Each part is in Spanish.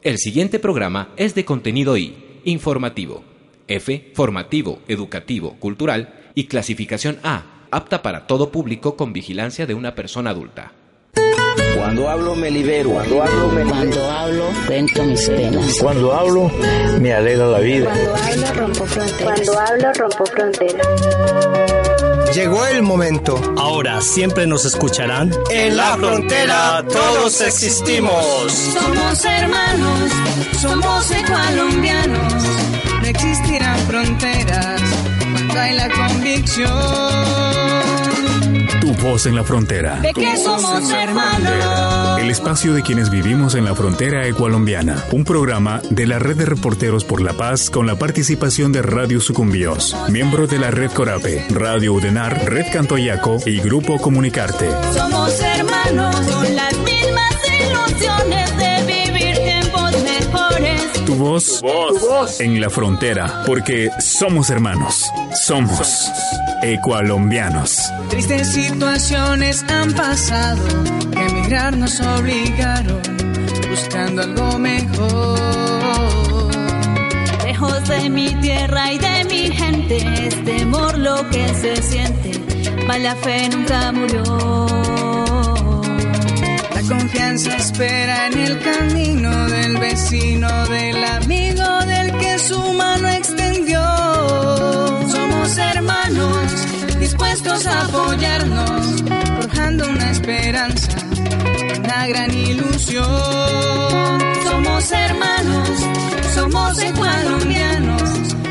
El siguiente programa es de contenido I, informativo. F, formativo, educativo, cultural. Y clasificación A, apta para todo público con vigilancia de una persona adulta. Cuando hablo me libero. Cuando hablo cuento mis penas. Cuando hablo me alegra la vida. Cuando hablo rompo fronteras. Llegó el momento. Ahora siempre nos escucharán. En la frontera todos existimos. Somos hermanos, somos ecualombianos. No existirán fronteras cuando hay la convicción. Tu voz en la frontera. ¿De qué somos hermanos? El espacio de quienes vivimos en la frontera ecualombiana. Un programa de la Red de Reporteros por la Paz con la participación de Radio Sucumbíos, miembro de la Red Corape, Radio Udenar, Red Cantoyaco y Grupo Comunicarte. Somos hermanos con las mismas ilusiones de vivir tiempos mejores. Tu voz en la frontera, porque somos hermanos. Somos ecualombianos. Tristes situaciones han pasado, que emigrar nos obligaron, buscando algo mejor. Lejos de mi tierra y de mi gente, es temor lo que se siente, mas la fe nunca murió. La confianza espera en el camino del vecino, del amigo, del que su mano extendió. Somos hermanos, dispuestos a apoyarnos, forjando una esperanza, una gran ilusión. Somos hermanos, somos ecualombianos.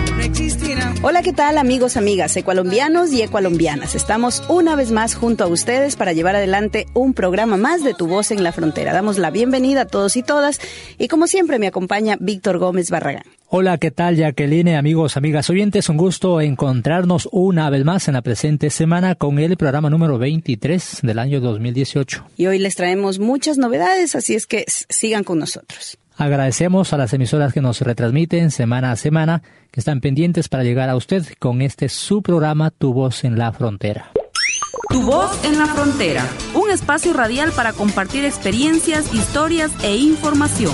Hola, ¿qué tal, amigos, amigas, ecualombianos y ecualombianas? Estamos una vez más junto a ustedes para llevar adelante un programa más de Tu Voz en la Frontera. Damos la bienvenida a todos y todas y como siempre me acompaña Víctor Gómez Barragán. Hola, ¿qué tal, Jacqueline, amigos, amigas oyentes? Un gusto encontrarnos una vez más en la presente semana con el programa número 23 del año 2018. Y hoy les traemos muchas novedades, así es que sigan con nosotros. Agradecemos a las emisoras que nos retransmiten semana a semana, que están pendientes para llegar a usted con su programa Tu Voz en la Frontera. Tu Voz en la Frontera, un espacio radial para compartir experiencias, historias e información.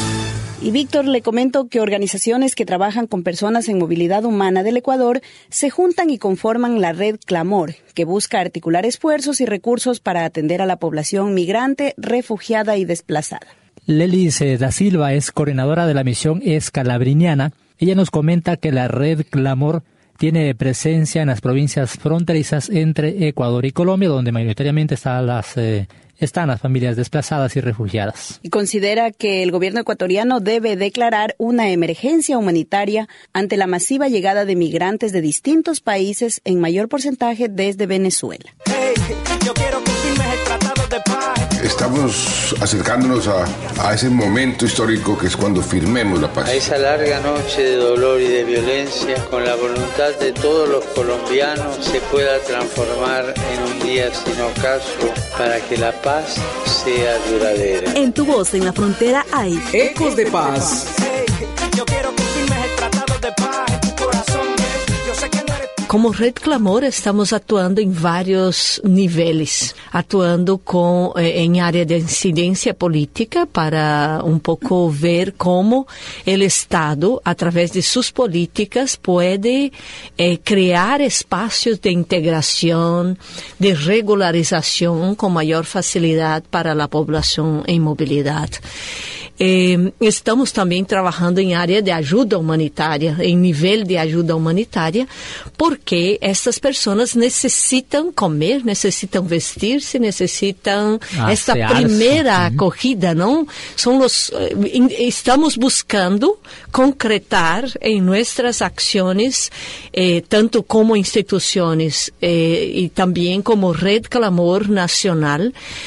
Y Víctor, le comento que organizaciones que trabajan con personas en movilidad humana del Ecuador se juntan y conforman la Red Clamor, que busca articular esfuerzos y recursos para atender a la población migrante, refugiada y desplazada. Lelis da Silva es coordinadora de la misión escalabriniana. Ella nos comenta que la Red Clamor tiene presencia en las provincias fronterizas entre Ecuador y Colombia, donde mayoritariamente están las familias desplazadas y refugiadas. Y considera que el gobierno ecuatoriano debe declarar una emergencia humanitaria ante la masiva llegada de migrantes de distintos países, en mayor porcentaje desde Venezuela. Hey, yo quiero que firmes el tratado de paz. Estamos acercándonos a ese momento histórico que es cuando firmemos la paz. A esa larga noche de dolor y de violencia, con la voluntad de todos los colombianos, se pueda transformar en un día sin ocaso para que la paz sea duradera. En Tu Voz en la Frontera hay Ecos de Paz. Hey, yo quiero que firmes el tratado de paz en tu corazón. Yo sé que no eres... Como Red Clamor, estamos atuando em vários níveis, atuando em área de incidência política para um pouco ver como o Estado, através de suas políticas, pode criar espaços de integração, de regularização com maior facilidade para a população em mobilidade. Estamos também trabalhando em área de ajuda humanitária, em nível de ajuda humanitária, porque essas pessoas necessitam comer, necessitam vestir-se, necessitam esta primeira acolhida, não? Estamos buscando concretar em nossas ações, tanto como instituições e também como Red Clamor Nacional,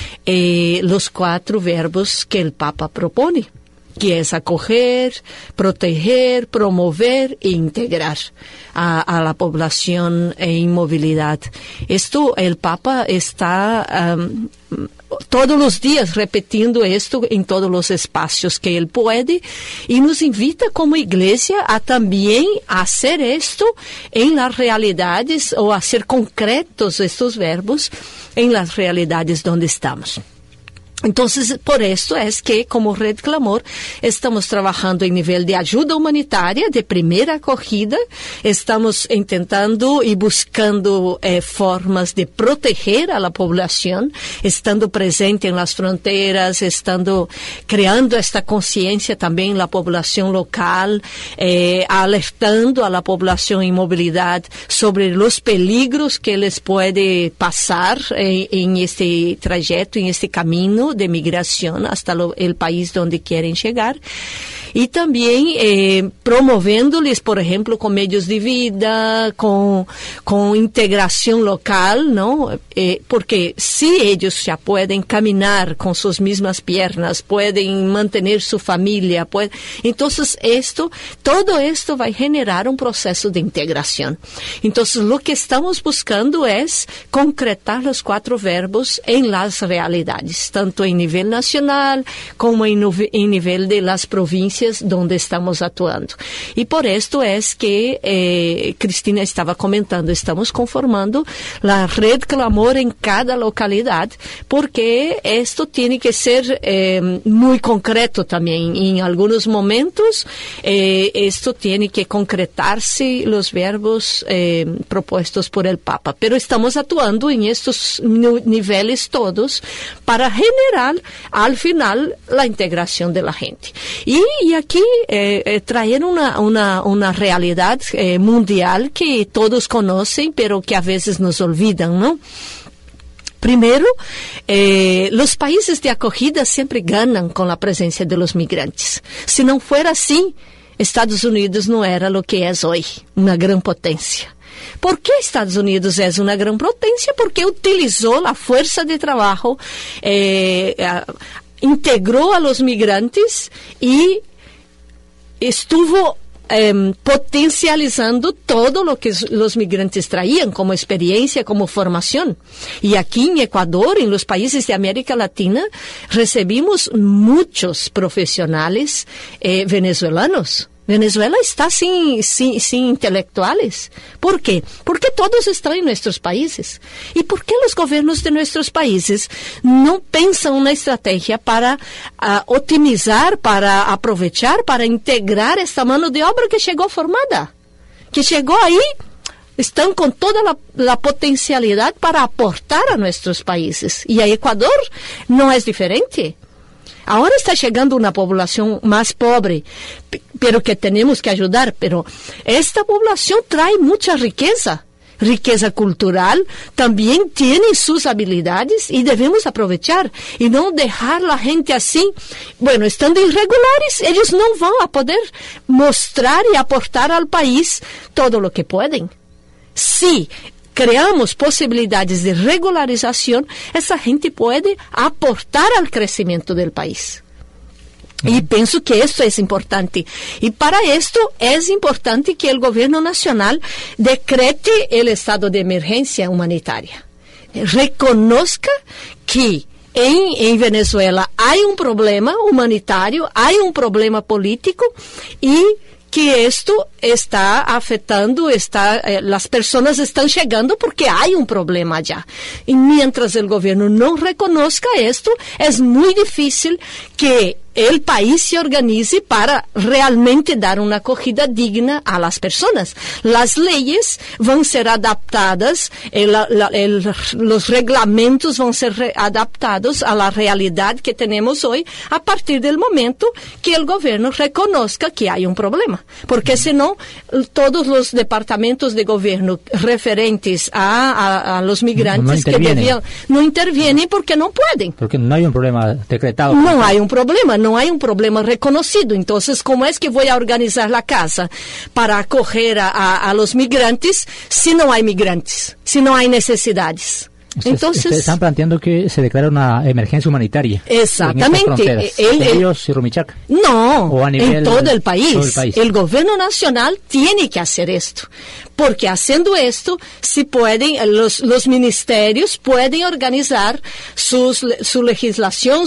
os 4 verbos que o Papa propõe, que é acoger, proteger, promover e integrar a la población en movilidad. Esto, el Papa está todos los días repetindo esto en todos los espacios que él puede y nos invita como iglesia a también hacer esto en las realidades o hacer concretos estos verbos en las realidades donde estamos. Entonces, por esto es que, como Red Clamor, estamos trabajando en nivel de ayuda humanitaria, de primera acogida. Estamos intentando y buscando formas de proteger a la población, estando presente en las fronteras, estando creando esta conciencia también en la población local, alertando a la población en movilidad sobre los peligros que les puede pasar en este trayecto, en este camino de migración hasta el país donde quieren llegar, y también promoviéndoles, por ejemplo, con medios de vida, con integración local, ¿no? Porque si ellos ya pueden caminar con sus mismas piernas, pueden mantener su familia, entonces todo esto va a generar un proceso de integración. Entonces, lo que estamos buscando es concretar los 4 verbos en las realidades, tanto en nivel nacional como en nivel de las provincias donde estamos actuando. Y por esto es que Cristina estaba comentando, estamos conformando la red Clamor en cada localidad, porque esto tiene que ser muy concreto también. En algunos momentos esto tiene que concretarse los verbos propuestos por el Papa, pero estamos actuando en estos niveles todos para generar al final la integración de la gente. Y aquí traer una realidad mundial que todos conocen, pero que a veces nos olvidan, ¿no? Primero, los países de acogida siempre ganan con la presencia de los migrantes. Si no fuera así, Estados Unidos no era lo que es hoy, una gran potencia. ¿Por qué Estados Unidos es una gran potencia? Porque utilizó la fuerza de trabajo, integró a los migrantes y estuvo potencializando todo lo que los migrantes traían como experiencia, como formación. Y aquí en Ecuador, en los países de América Latina, recibimos muchos profesionales venezolanos. Venezuela está sin intelectuales. ¿Por qué? Porque todos están en nuestros países. ¿Y por qué los gobiernos de nuestros países no piensan una estrategia para optimizar, para aprovechar, para integrar esta mano de obra que llegó formada? Que llegó ahí, están con toda la potencialidad para aportar a nuestros países. Y a Ecuador no es diferente. Ahora está llegando una población más pobre, pero que tenemos que ayudar. Pero esta población trae mucha riqueza cultural, también tiene sus habilidades y debemos aprovechar y no dejar la gente así. Bueno, estando irregulares, ellos no van a poder mostrar y aportar al país todo lo que pueden. Sí. Creamos posibilidades de regularización, esa gente puede aportar al crecimiento del país. Y pienso que esto es importante. Y para esto es importante que el gobierno nacional decrete el estado de emergencia humanitaria. Reconozca que en Venezuela hay un problema humanitario, hay un problema político y que esto está afectando, las personas están llegando porque hay un problema allá. Y mientras el gobierno no reconozca esto, es muy difícil que el país se organice para realmente dar una acogida digna a las personas. Las leyes van a ser adaptadas, los reglamentos van a ser adaptados a la realidad que tenemos hoy a partir del momento que el gobierno reconozca que hay un problema. Porque si no, todos los departamentos de gobierno referentes a los migrantes no intervienen porque no pueden. Porque no hay un problema decretado. No hay un problema. No hay un problema reconocido. Entonces, ¿cómo es que voy a organizar la casa para acoger a los migrantes si no hay migrantes, si no hay necesidades? Entonces, ustedes están planteando que se declara una emergencia humanitaria. Exactamente. En Ríos y Rumichaca. No, o a nivel en todo el país. El gobierno nacional tiene que hacer esto. Porque haciendo esto, si pueden, los ministerios pueden organizar su legislación,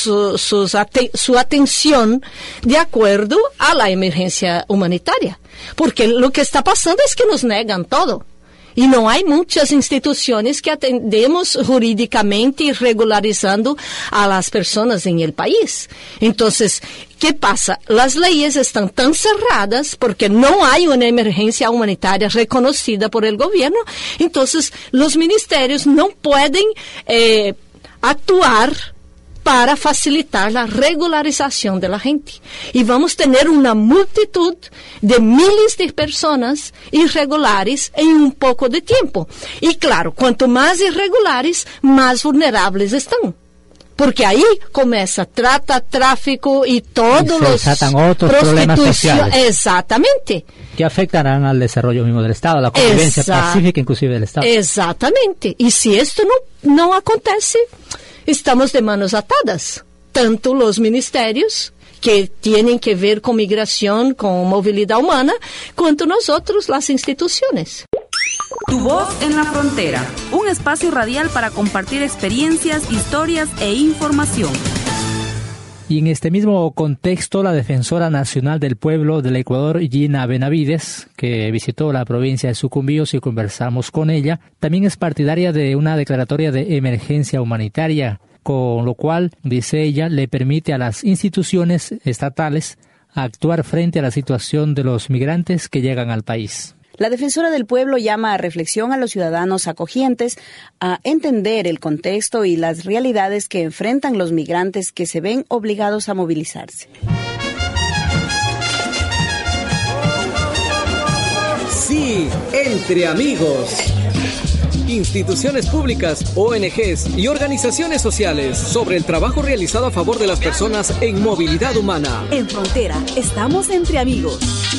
su atención de acuerdo a la emergencia humanitaria. Porque lo que está pasando es que nos negan todo. Y no hay muchas instituciones que atendemos jurídicamente y regularizando a las personas en el país. Entonces, ¿qué pasa? Las leyes están tan cerradas porque no hay una emergencia humanitaria reconocida por el gobierno. Entonces, los ministerios no pueden actuar para facilitar la regularización de la gente. Y vamos a tener una multitud de miles de personas irregulares en un poco de tiempo. Y claro, cuanto más irregulares, más vulnerables están. Porque ahí comienza trata, tráfico y todos los otros problemas sociales. Exactamente. Que afectarán al desarrollo mismo del Estado, a la convivencia pacífica inclusive del Estado. Exactamente. Y si esto no acontece, estamos de manos atadas, tanto los ministerios que tienen que ver con migración, con movilidad humana, cuanto nosotros, las instituciones. Tu voz en la frontera, un espacio radial para compartir experiencias, historias e información. Y en este mismo contexto, la Defensora Nacional del Pueblo del Ecuador, Gina Benavides, que visitó la provincia de Sucumbíos y conversamos con ella, también es partidaria de una declaratoria de emergencia humanitaria, con lo cual, dice ella, le permite a las instituciones estatales actuar frente a la situación de los migrantes que llegan al país. La Defensora del Pueblo llama a reflexión a los ciudadanos acogientes a entender el contexto y las realidades que enfrentan los migrantes que se ven obligados a movilizarse. Sí, entre amigos. Instituciones públicas, ONGs y organizaciones sociales sobre el trabajo realizado a favor de las personas en movilidad humana. En Frontera, estamos entre amigos.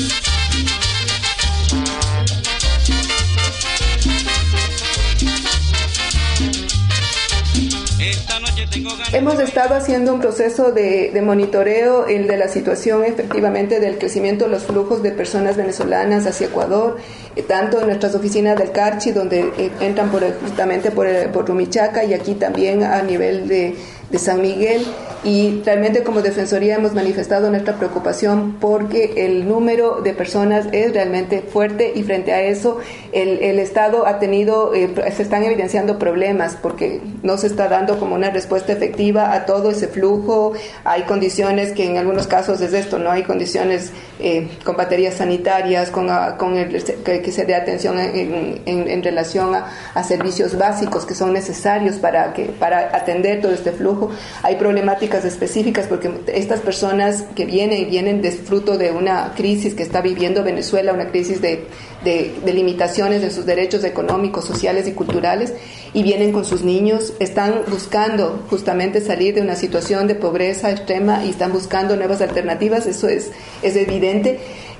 Hemos estado haciendo un proceso de monitoreo de la situación efectivamente del crecimiento de los flujos de personas venezolanas hacia Ecuador, tanto en nuestras oficinas del Carchi, donde entran justamente por Rumichaca, y aquí también a nivel de San Miguel. Y realmente como Defensoría hemos manifestado nuestra preocupación porque el número de personas es realmente fuerte, y frente a eso el Estado ha tenido, se están evidenciando problemas porque no se está dando como una respuesta efectiva a todo ese flujo. Hay condiciones que en algunos casos es esto, no hay condiciones con baterías sanitarias, que se dé atención en relación a servicios básicos que son necesarios para atender todo este flujo. Hay problemáticas específicas porque estas personas que vienen de fruto de una crisis que está viviendo Venezuela, una crisis de limitaciones de sus derechos económicos, sociales y culturales, y vienen con sus niños, están buscando justamente salir de una situación de pobreza extrema y están buscando nuevas alternativas. Eso es evidente.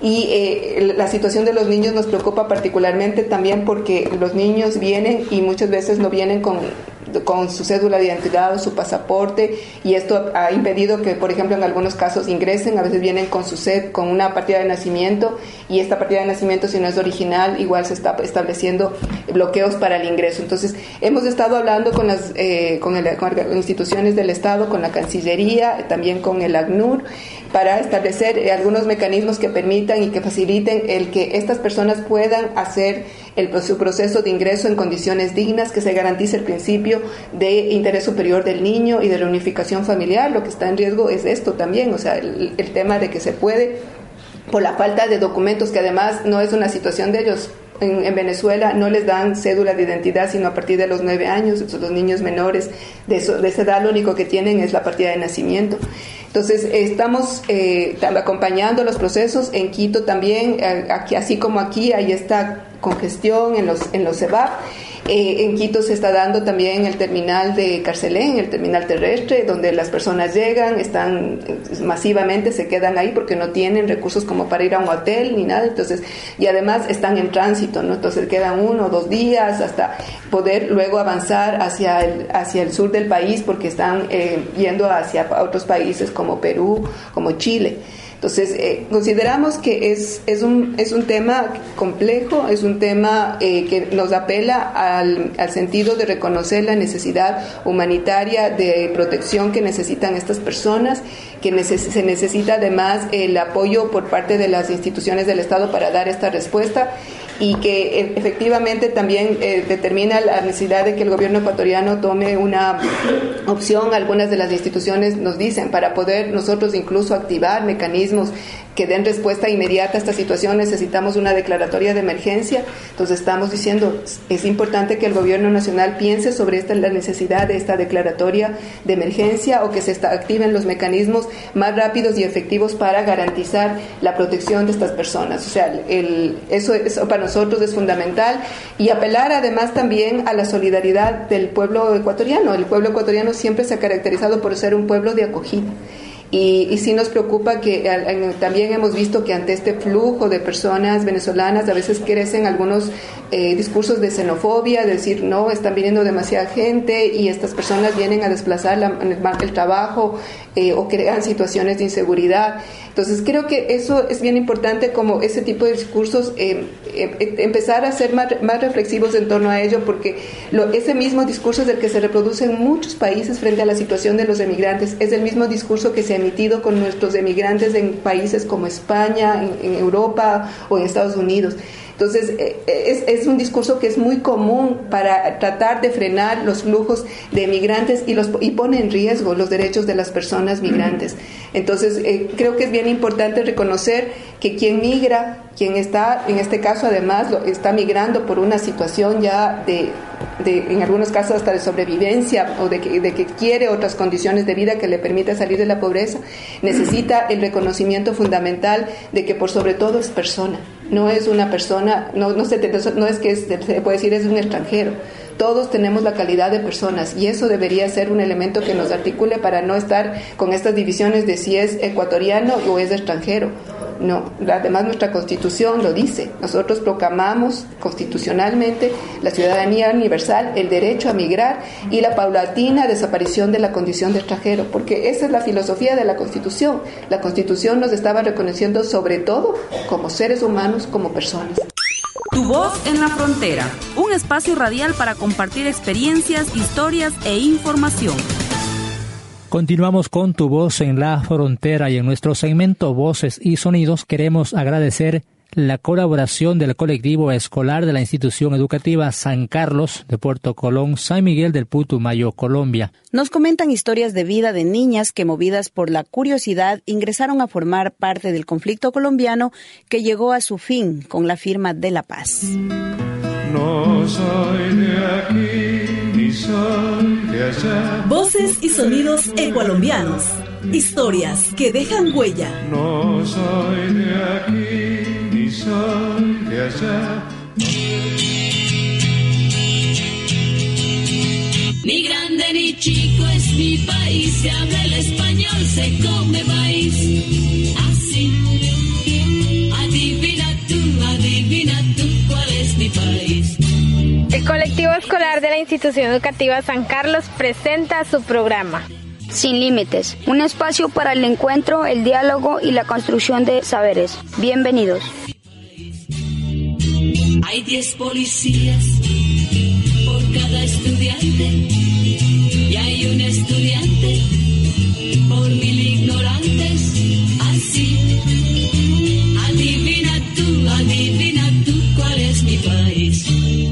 Y la situación de los niños nos preocupa particularmente también porque los niños vienen y muchas veces no vienen con su cédula de identidad o su pasaporte, y esto ha impedido que, por ejemplo, en algunos casos ingresen. A veces vienen con una partida de nacimiento, y esta partida de nacimiento, si no es original, igual se está estableciendo bloqueos para el ingreso. Entonces, hemos estado hablando con las instituciones del Estado, con la Cancillería, también con el ACNUR, para establecer algunos mecanismos que permitan y que faciliten el que estas personas puedan hacer su proceso de ingreso en condiciones dignas, que se garantice el principio de interés superior del niño y de reunificación familiar. Lo que está en riesgo es esto también, o sea, el tema de que se puede, por la falta de documentos, que además no es una situación de ellos. En Venezuela no les dan cédula de identidad sino a partir de los 9 años. Entonces, los niños menores de esa edad lo único que tienen es la partida de nacimiento. Entonces, estamos acompañando los procesos. En Quito también, aquí, así como aquí, hay esta congestión en los CEVAP. En Quito se está dando también el terminal de Carcelén, el terminal terrestre, donde las personas llegan, están masivamente, se quedan ahí porque no tienen recursos como para ir a un hotel ni nada. Entonces, y además están en tránsito, ¿no? Entonces quedan 1 o 2 días hasta poder luego avanzar hacia el sur del país, porque están yendo hacia otros países como Perú, como Chile. Entonces, consideramos que es un tema complejo, es un tema que nos apela al sentido de reconocer la necesidad humanitaria de protección que necesitan estas personas, que se necesita además el apoyo por parte de las instituciones del Estado para dar esta respuesta, y que efectivamente también determina la necesidad de que el gobierno ecuatoriano tome una opción. Algunas de las instituciones nos dicen, para poder nosotros incluso activar mecanismos que den respuesta inmediata a esta situación, necesitamos una declaratoria de emergencia. Entonces estamos diciendo, es importante que el gobierno nacional piense sobre la necesidad de esta declaratoria de emergencia, o que se activen los mecanismos más rápidos y efectivos para garantizar la protección de estas personas. O sea, eso para nosotros es fundamental, y apelar además también a la solidaridad del pueblo ecuatoriano. El pueblo ecuatoriano siempre se ha caracterizado por ser un pueblo de acogida. Y sí nos preocupa que también hemos visto que ante este flujo de personas venezolanas a veces crecen algunos discursos de xenofobia, de decir, no, están viniendo demasiada gente y estas personas vienen a desplazar el trabajo o crean situaciones de inseguridad. Entonces creo que eso es bien importante, como ese tipo de discursos, empezar a ser más reflexivos en torno a ello, porque ese mismo discurso es el que se reproduce en muchos países frente a la situación de los emigrantes. Es el mismo discurso que se ha emitido con nuestros emigrantes en países como España, en Europa o en Estados Unidos. Entonces, es un discurso que es muy común para tratar de frenar los flujos de migrantes y pone en riesgo los derechos de las personas migrantes. Entonces, creo que es bien importante reconocer que quien migra, quien está, en este caso además, está migrando por una situación ya en algunos casos hasta de sobrevivencia, o de que quiere otras condiciones de vida que le permita salir de la pobreza, necesita el reconocimiento fundamental de que por sobre todo es persona. No es una persona, no es que se puede decir es un extranjero. Todos tenemos la calidad de personas, y eso debería ser un elemento que nos articule para no estar con estas divisiones de si es ecuatoriano o es extranjero. No, además nuestra Constitución lo dice. Nosotros proclamamos constitucionalmente la ciudadanía universal, el derecho a migrar y la paulatina desaparición de la condición de extranjero, porque esa es la filosofía de la Constitución. La Constitución nos estaba reconociendo sobre todo como seres humanos, como personas. Tu voz en la frontera, un espacio radial para compartir experiencias, historias e información. Continuamos con Tu Voz en la Frontera, y en nuestro segmento Voces y Sonidos queremos agradecer la colaboración del colectivo escolar de la institución educativa San Carlos de Puerto Colón, San Miguel del Putumayo, Colombia. Nos comentan historias de vida de niñas que, movidas por la curiosidad, ingresaron a formar parte del conflicto colombiano que llegó a su fin con la firma de la paz. No soy de aquí ni soy de allá. Voces y sonidos ecualombianos. Historias que dejan huella. No soy de aquí ni soy de allá. Ni grande ni chico es mi país, se habla el español, se come maíz. Así, adivina tú cuál es mi país. El colectivo escolar de la institución educativa San Carlos presenta su programa Sin Límites, un espacio para el encuentro, el diálogo y la construcción de saberes. Bienvenidos. Hay 10 policías por cada estudiante y hay un estudiante por 1000 ignorantes. Así, adivina tú cuál es mi país.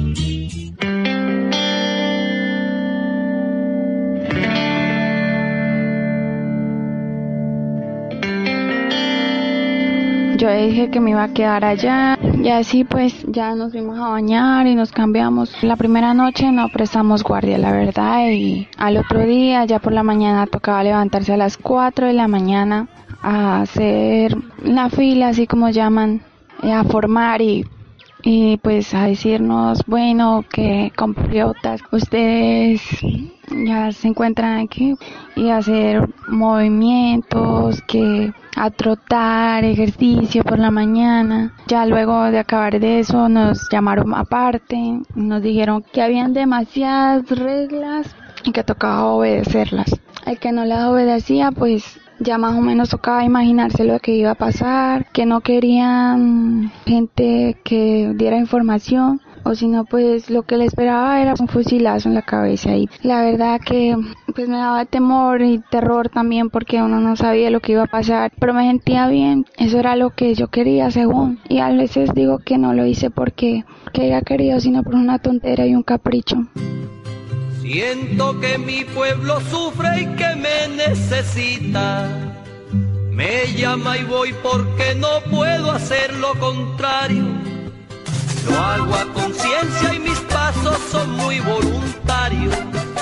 Yo dije que me iba a quedar allá, y así pues ya nos fuimos a bañar y nos cambiamos. La primera noche no prestamos guardia, la verdad, y al otro día, ya por la mañana, tocaba levantarse a las 4 de la mañana a hacer la fila, así como llaman, a formar y pues a decirnos, bueno, que compatriotas, ustedes ya se encuentran aquí, y hacer movimientos, que a trotar, ejercicio por la mañana. Ya luego de acabar de eso nos llamaron aparte, nos dijeron que habían demasiadas reglas y que tocaba obedecerlas. El que no las obedecía, pues ya más o menos tocaba imaginarse lo que iba a pasar, que no querían gente que diera información, o si no, pues lo que le esperaba era un fusilazo en la cabeza. Y la verdad que pues me daba temor y terror también, porque uno no sabía lo que iba a pasar, pero me sentía bien. Eso era lo que yo quería, según. Y a veces digo que no lo hice porque haya querido, sino por una tontera y un capricho. Siento que mi pueblo sufre y que me necesita. Me llama y voy porque no puedo hacer lo contrario. Lo hago a conciencia y mis pasos son muy voluntarios.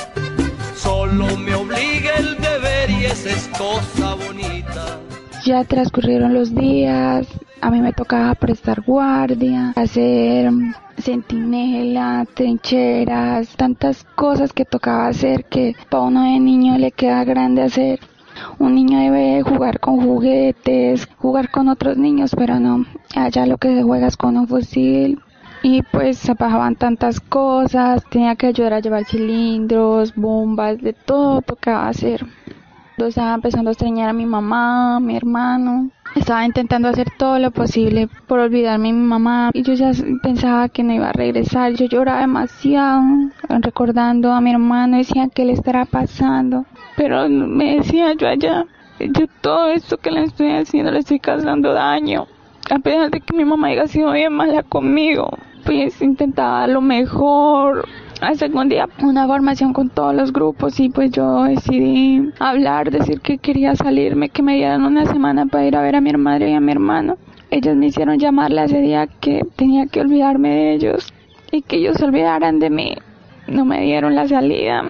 Solo me obliga el deber y esa es cosa bonita. Ya transcurrieron los días, a mí me tocaba prestar guardia, hacer centinela, trincheras, tantas cosas que tocaba hacer que para uno de niño le queda grande hacer. Un niño debe jugar con juguetes, jugar con otros niños, pero no, allá lo que se juega es con un fusil. Y pues se pasaban tantas cosas, tenía que ayudar a llevar cilindros, bombas, de todo tocaba hacer. Yo estaba empezando a extrañar a mi mamá, a mi hermano. Estaba intentando hacer todo lo posible por olvidarme de mi mamá. Y yo ya pensaba que no iba a regresar. Yo lloraba demasiado, recordando a mi hermano. Decía que le estará pasando. Pero me decía yo allá, yo todo esto que le estoy haciendo le estoy causando daño. A pesar de que mi mamá haya sido bien mala conmigo, pues intentaba lo mejor. Hace un día una formación con todos los grupos y pues yo decidí hablar, decir que quería salirme, que me dieran una semana para ir a ver a mi madre y a mi hermano. Ellos me hicieron llamarle ese día que tenía que olvidarme de ellos y que ellos se olvidaran de mí. No me dieron la salida.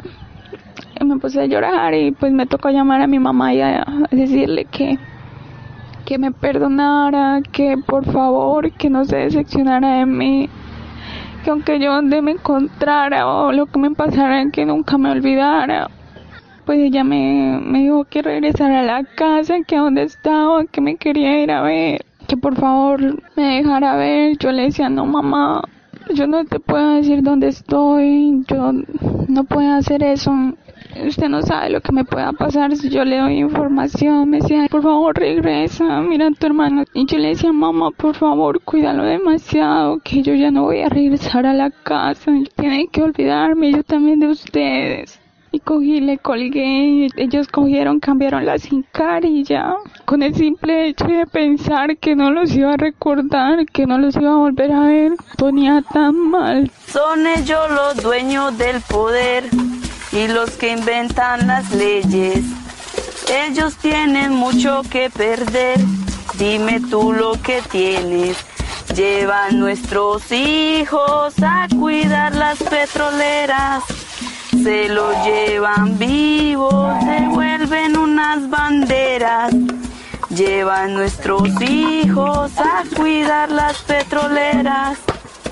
Me puse a llorar y pues me tocó llamar a mi mamá y a decirle que me perdonara, que por favor, que no se decepcionara de mí, que aunque yo donde me encontrara o lo que me pasara, que nunca me olvidara. Pues ella me dijo que regresara a la casa, que donde estaba, que me quería ir a ver, que por favor me dejara ver. Yo le decía, no mamá, yo no te puedo decir dónde estoy, yo no puedo hacer eso. Usted no sabe lo que me pueda pasar si yo le doy información. Me decía, por favor regresa, mira a tu hermano. Y yo le decía, mamá, por favor, cuídalo demasiado, que yo ya no voy a regresar a la casa. Tienen que olvidarme yo también de ustedes. Y cogí, le colgué, ellos cogieron, cambiaron la SIM card y ya. Con el simple hecho de pensar que no los iba a recordar, que no los iba a volver a ver, ponía tan mal. Son ellos los dueños del poder y los que inventan las leyes. Ellos tienen mucho que perder, dime tú lo que tienes. Llevan nuestros hijos a cuidar las petroleras, se los llevan vivos, devuelven unas banderas. Llevan nuestros hijos a cuidar las petroleras.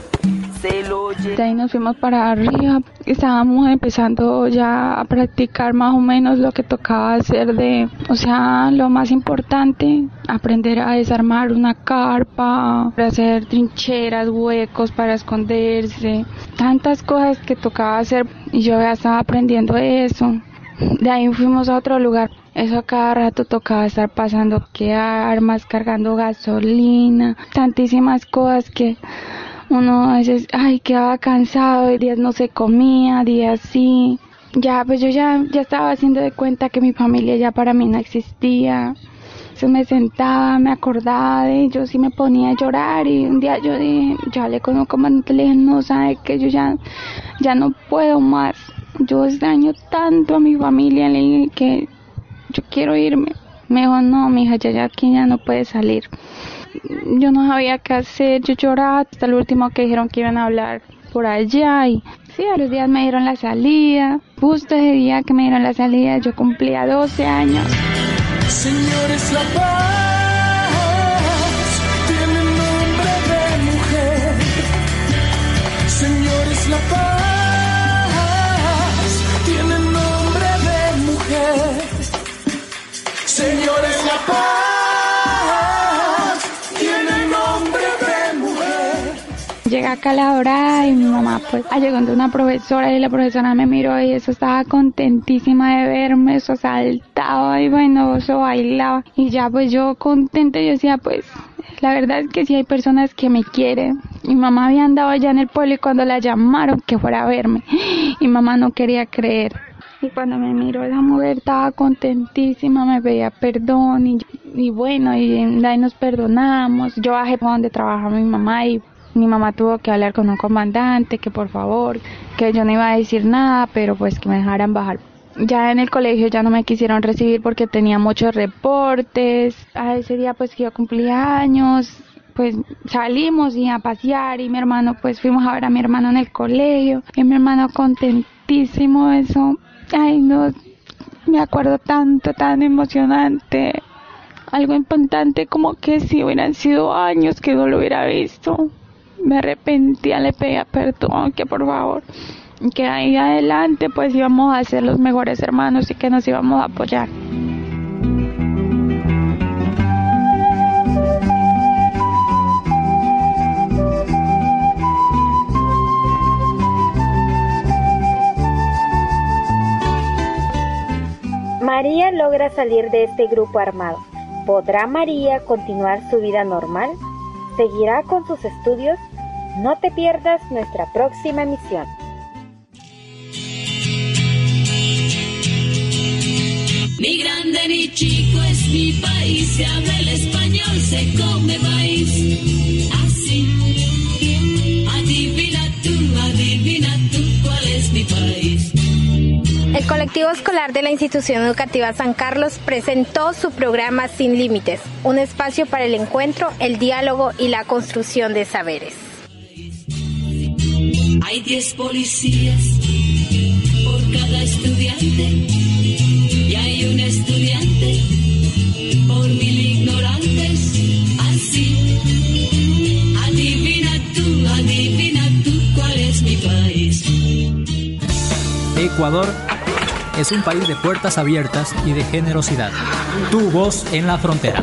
De ahí nos fuimos para arriba, estábamos empezando ya a practicar más o menos lo que tocaba hacer lo más importante, aprender a desarmar una carpa, hacer trincheras, huecos para esconderse, tantas cosas que tocaba hacer y yo ya estaba aprendiendo eso. De ahí fuimos a otro lugar. Eso cada rato tocaba estar pasando que armas, cargando gasolina, tantísimas cosas que uno a veces, quedaba cansado, días no se comía, días sí. Ya, pues yo ya estaba haciendo de cuenta que mi familia ya para mí no existía. Entonces me sentaba, me acordaba de ellos y me ponía a llorar. Y un día yo dije, yo hablé con un comandante, le dije, no, sabe que yo ya no puedo más. Yo extraño tanto a mi familia, le dije que yo quiero irme. Me dijo, no, mija, ya aquí ya no puede salir. Yo no sabía qué hacer, yo lloraba hasta el último que dijeron que iban a hablar por allá y sí, a los días me dieron la salida. Justo ese día que me dieron la salida yo cumplía 12 años. Señores, la paz tiene nombre de mujer. Señores, la paz tiene nombre de mujer. Señores, la paz. Llegué acá a la hora y mi mamá pues llegó de una profesora y la profesora me miró y eso estaba contentísima de verme, eso saltaba y bueno, eso bailaba y ya pues yo contenta, yo decía pues La verdad es que sí hay personas que me quieren. Mi mamá había andado allá en el pueblo y cuando la llamaron que fuera a verme, mi mamá no quería creer. Y cuando me miró esa mujer estaba contentísima, me pedía perdón y bueno, y ahí nos perdonamos. Yo bajé por donde trabajaba mi mamá y mi mamá tuvo que hablar con un comandante que por favor, que yo no iba a decir nada, pero pues que me dejaran bajar. Ya en el colegio ya no me quisieron recibir porque tenía muchos reportes. A ese día pues que yo cumplía años, pues salimos y a pasear y mi hermano pues fuimos a ver a mi hermano en el colegio y mi hermano contentísimo, eso, ay no, me acuerdo tanto, tan emocionante, algo impactante como que si hubieran sido años que no lo hubiera visto. Me arrepentía, le pedía perdón, que por favor, que ahí adelante pues íbamos a ser los mejores hermanos y que nos íbamos a apoyar. María logra salir de este grupo armado. ¿Podrá María continuar su vida normal? ¿Seguirá con sus estudios? No te pierdas nuestra próxima emisión. Ni grande ni chico es mi país, se habla el español, se come maíz. Así, adivina tú cuál es mi país. El colectivo escolar de la institución educativa San Carlos presentó su programa Sin Límites, un espacio para el encuentro, el diálogo y la construcción de saberes. Hay 10 policías por cada estudiante y hay un estudiante por 1000 ignorantes. Así, adivina tú cuál es mi país. Ecuador es un país de puertas abiertas y de generosidad. Tu voz en la frontera.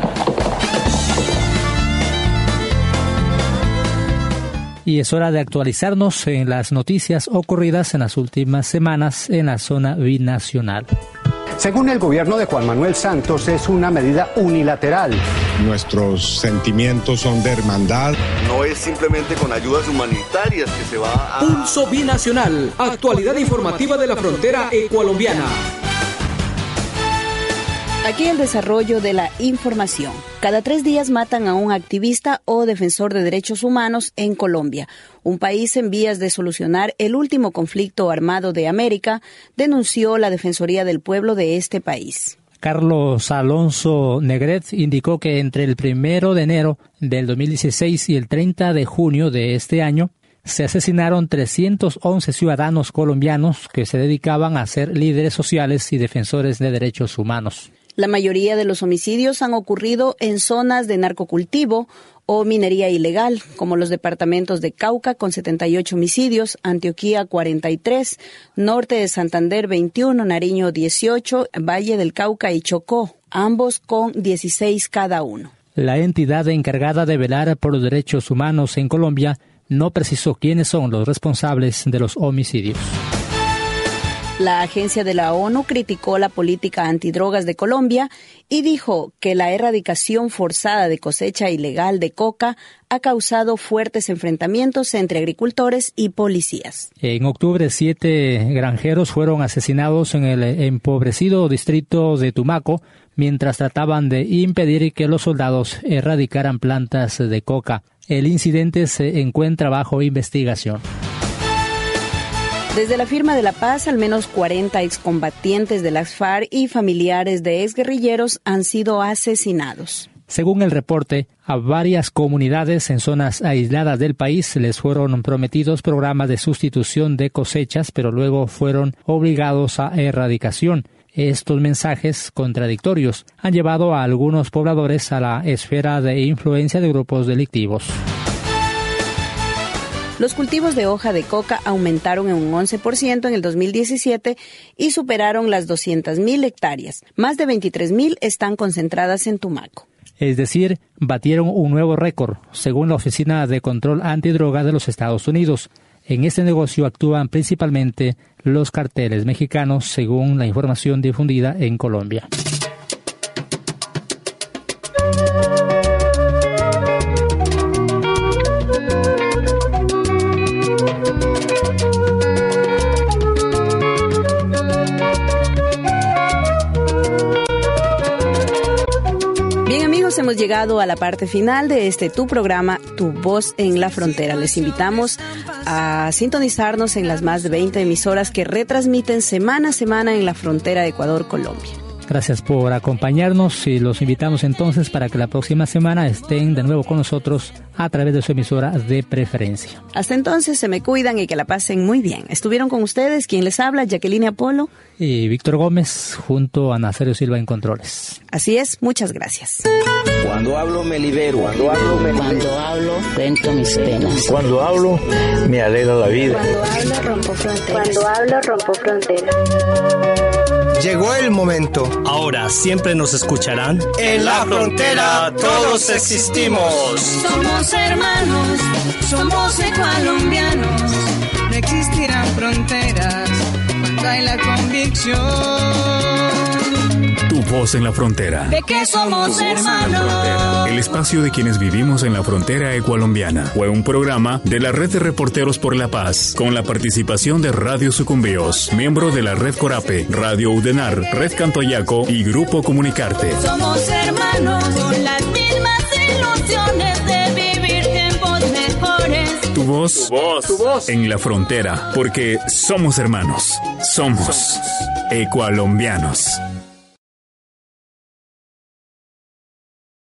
Y es hora de actualizarnos en las noticias ocurridas en las últimas semanas en la zona binacional. Según el gobierno de Juan Manuel Santos, es una medida unilateral. Nuestros sentimientos son de hermandad. No es simplemente con ayudas humanitarias que se va a... Pulso Binacional, actualidad informativa de la frontera ecuacolombiana. Aquí el desarrollo de la información. Cada 3 días matan a un activista o defensor de derechos humanos en Colombia, un país en vías de solucionar el último conflicto armado de América, denunció la Defensoría del Pueblo de este país. Carlos Alonso Negret indicó que entre el 1 de enero del 2016 y el 30 de junio de este año, se asesinaron 311 ciudadanos colombianos que se dedicaban a ser líderes sociales y defensores de derechos humanos. La mayoría de los homicidios han ocurrido en zonas de narcocultivo o minería ilegal, como los departamentos de Cauca con 78 homicidios, Antioquia 43, Norte de Santander 21, Nariño 18, Valle del Cauca y Chocó, ambos con 16 cada uno. La entidad encargada de velar por los derechos humanos en Colombia no precisó quiénes son los responsables de los homicidios. La agencia de la ONU criticó la política antidrogas de Colombia y dijo que la erradicación forzada de cosecha ilegal de coca ha causado fuertes enfrentamientos entre agricultores y policías. En octubre, 7 granjeros fueron asesinados en el empobrecido distrito de Tumaco mientras trataban de impedir que los soldados erradicaran plantas de coca. El incidente se encuentra bajo investigación. Desde la firma de la paz, al menos 40 excombatientes de las FARC y familiares de exguerrilleros han sido asesinados. Según el reporte, a varias comunidades en zonas aisladas del país les fueron prometidos programas de sustitución de cosechas, pero luego fueron obligados a erradicación. Estos mensajes contradictorios han llevado a algunos pobladores a la esfera de influencia de grupos delictivos. Los cultivos de hoja de coca aumentaron en un 11% en el 2017 y superaron las 200.000 hectáreas. Más de 23.000 están concentradas en Tumaco. Es decir, batieron un nuevo récord, según la Oficina de Control Antidroga de los Estados Unidos. En este negocio actúan principalmente los carteles mexicanos, según la información difundida en Colombia. hemos llegado a la parte final de tu programa, Tu Voz en la Frontera. Les invitamos a sintonizarnos en las más de 20 emisoras que retransmiten semana a semana en la frontera de Ecuador-Colombia. Gracias por acompañarnos y los invitamos entonces para que la próxima semana estén de nuevo con nosotros a través de su emisora de preferencia. Hasta entonces, se me cuidan y que la pasen muy bien. Estuvieron con ustedes, quien les habla, Jacqueline Apolo y Víctor Gómez, junto a Nazario Silva en controles. Así es, muchas gracias. Cuando hablo me libero, cuando hablo cuento mis penas, cuando hablo me alegra la vida, cuando hablo rompo fronteras. Llegó el momento. Ahora siempre nos escucharán. En la frontera todos existimos. Somos hermanos, somos ecualombianos. No existirán fronteras cuando hay la convicción. Tu voz en la frontera. De que somos hermanos. El espacio de quienes vivimos en la frontera ecualombiana. Fue un programa de la Red de Reporteros por la Paz, con la participación de Radio Sucumbíos, miembro de la Red Corape, Radio Udenar, Red Cantoyaco y Grupo Comunicarte. Somos hermanos con las mismas ilusiones de vivir tiempos mejores. Tu voz en la frontera, porque somos hermanos, somos ecualombianos.